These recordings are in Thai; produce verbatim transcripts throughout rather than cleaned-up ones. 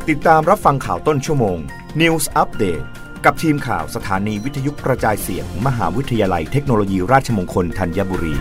ติดตามรับฟังข่าวต้นชั่วโมง News Update กับทีมข่าวสถานีวิทยุกระจายเสียง มหาวิทยาลัยเทคโนโลยีราชมงคลธัญบุรี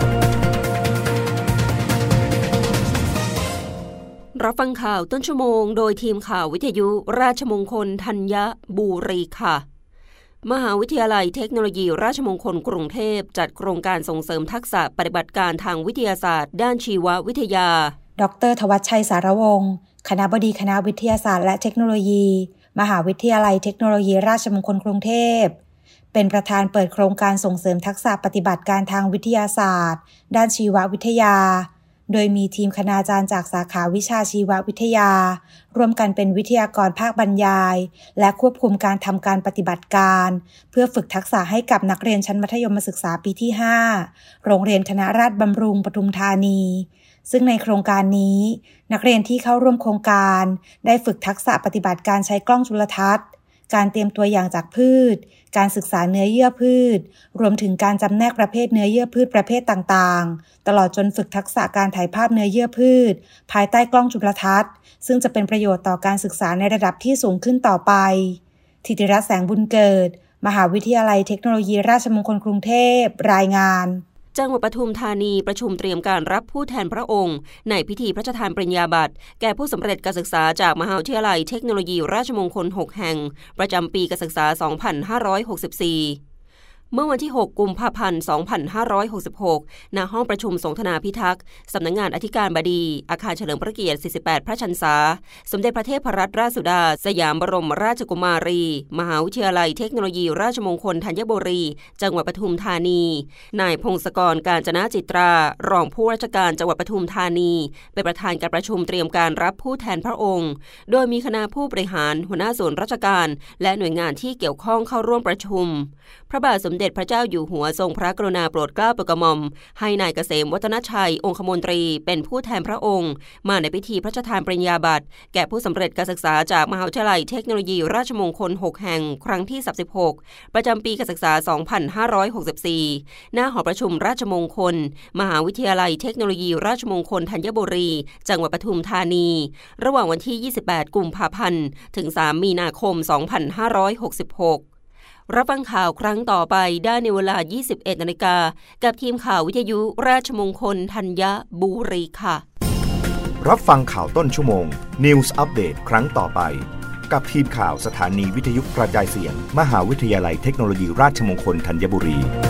รับฟังข่าวต้นชั่วโมงโดยทีมข่าววิทยุราชมงคลธัญบุรีค่ะมหาวิทยาลัยเทคโนโลยีราชมงคลกรุงเทพจัดโครงการส่งเสริมทักษะปฏิบัติการทางวิทยาศาสตร์ด้านชีววิทยาดร.ธวัชชัยสารวงศ์คณบดีคณะวิทยาศาสตร์และเทคโนโลยีมหาวิทยาลัยเทคโนโลยีราชมงคลกรุงเทพเป็นประธานเปิดโครงการส่งเสริมทักษะปฏิบัติการทางวิทยาศาสตร์ด้านชีววิทยาโดยมีทีมคณาจารย์จากสาขาวิชาชีววิทยาร่วมกันเป็นวิทยากรภาคบรรยายและควบคุมการทำการปฏิบัติการเพื่อฝึกทักษะให้กับนักเรียนชั้นมัธยมศึกษาปีที่ห้าโรงเรียนคณะราษฎรบำรุงปทุมธานีซึ่งในโครงการนี้นักเรียนที่เข้าร่วมโครงการได้ฝึกทักษะปฏิบัติการใช้กล้องจุลทรรศน์การเตรียมตัวอย่างจากพืชการศึกษาเนื้อเยื่อพืชรวมถึงการจำแนกประเภทเนื้อเยื่อพืชประเภทต่างๆตลอดจนฝึกทักษะการถ่ายภาพเนื้อเยื่อพืชภายใต้กล้องจุลทรรศน์ซึ่งจะเป็นประโยชน์ต่อการศึกษาในระดับที่สูงขึ้นต่อไปธิติรัตน์แสงบุญเกิดมหาวิทยาลัยเทคโนโลยีราชมงคลกรุงเทพรายงานจังหวัดปทุมธานีประชุมเตรียมการรับผู้แทนพระองค์ในพิธีพระราชทานปริญญาบัตรแก่ผู้สำเร็จการศึกษาจากมหาวิทยาลัยเทคโนโลยีราชมงคลหกแห่งประจำปีการศึกษาสองพันห้าร้อยหกสิบสี่เมื่อวันที่หกกุมภาพันธ์สองพันห้าร้อยหกสิบหกณห้องประชุมสนทนาพิทักษ์สำนักงานอธิการบดีอาคารเฉลิมพระเกียรติสี่สิบแปดพระชรรษาสมเด็จพระเทพรัตนราชสุดาสยามบรมราชกุมารีมหาวิทยาลัยเทคโนโลยีราชมงคลธัญบุรีจังหวัดปทุมธานีนายพงศกรกาญจนาจิตรารองผู้ราชการจังหวัดปทุมธานีเป็นประธานการประชุมเตรียมการรับผู้แทนพระองค์โดยมีคณะผู้บริหารหัวหน้าส่วนราชการและหน่วยงานที่เกี่ยวข้องเข้าร่วมประชุมพระบาทสมเด็จพระเจ้าอยู่หัวทรงพระกรุณาโปรดเกล้าโปรดกระหม่อมให้นายเกษมวัฒนชัยองคมนตรีเป็นผู้แทนพระองค์มาในพิธีพระราชทานปริญญาบัตรแก่ผู้สำเร็จการศึกษาจากมหาวิทยาลัยเทคโนโลยีราชมงคลหกแห่งครั้งที่สามสิบหกประจำปีการศึกษาสองพันห้าร้อยหกสิบสี่ณหอประชุมราชมงคลมหาวิทยาลัยเทคโนโลยีราชมงคลธัญบุรีจังหวัดปทุมธานีระหว่างวันที่ยี่สิบแปดกุมภาพันธ์ถึงสามมีนาคมสองพันห้าร้อยหกสิบหกรับฟังข่าวครั้งต่อไปได้ในเวลา ยี่สิบเอ็ดนาฬิกา กับทีมข่าววิทยุราชมงคลธัญบุรีค่ะรับฟังข่าวต้นชั่วโมง News Update ครั้งต่อไปกับทีมข่าวสถานีวิทยุกระจายเสียง มหาวิทยาลัยเทคโนโลยีราชมงคลธัญบุรี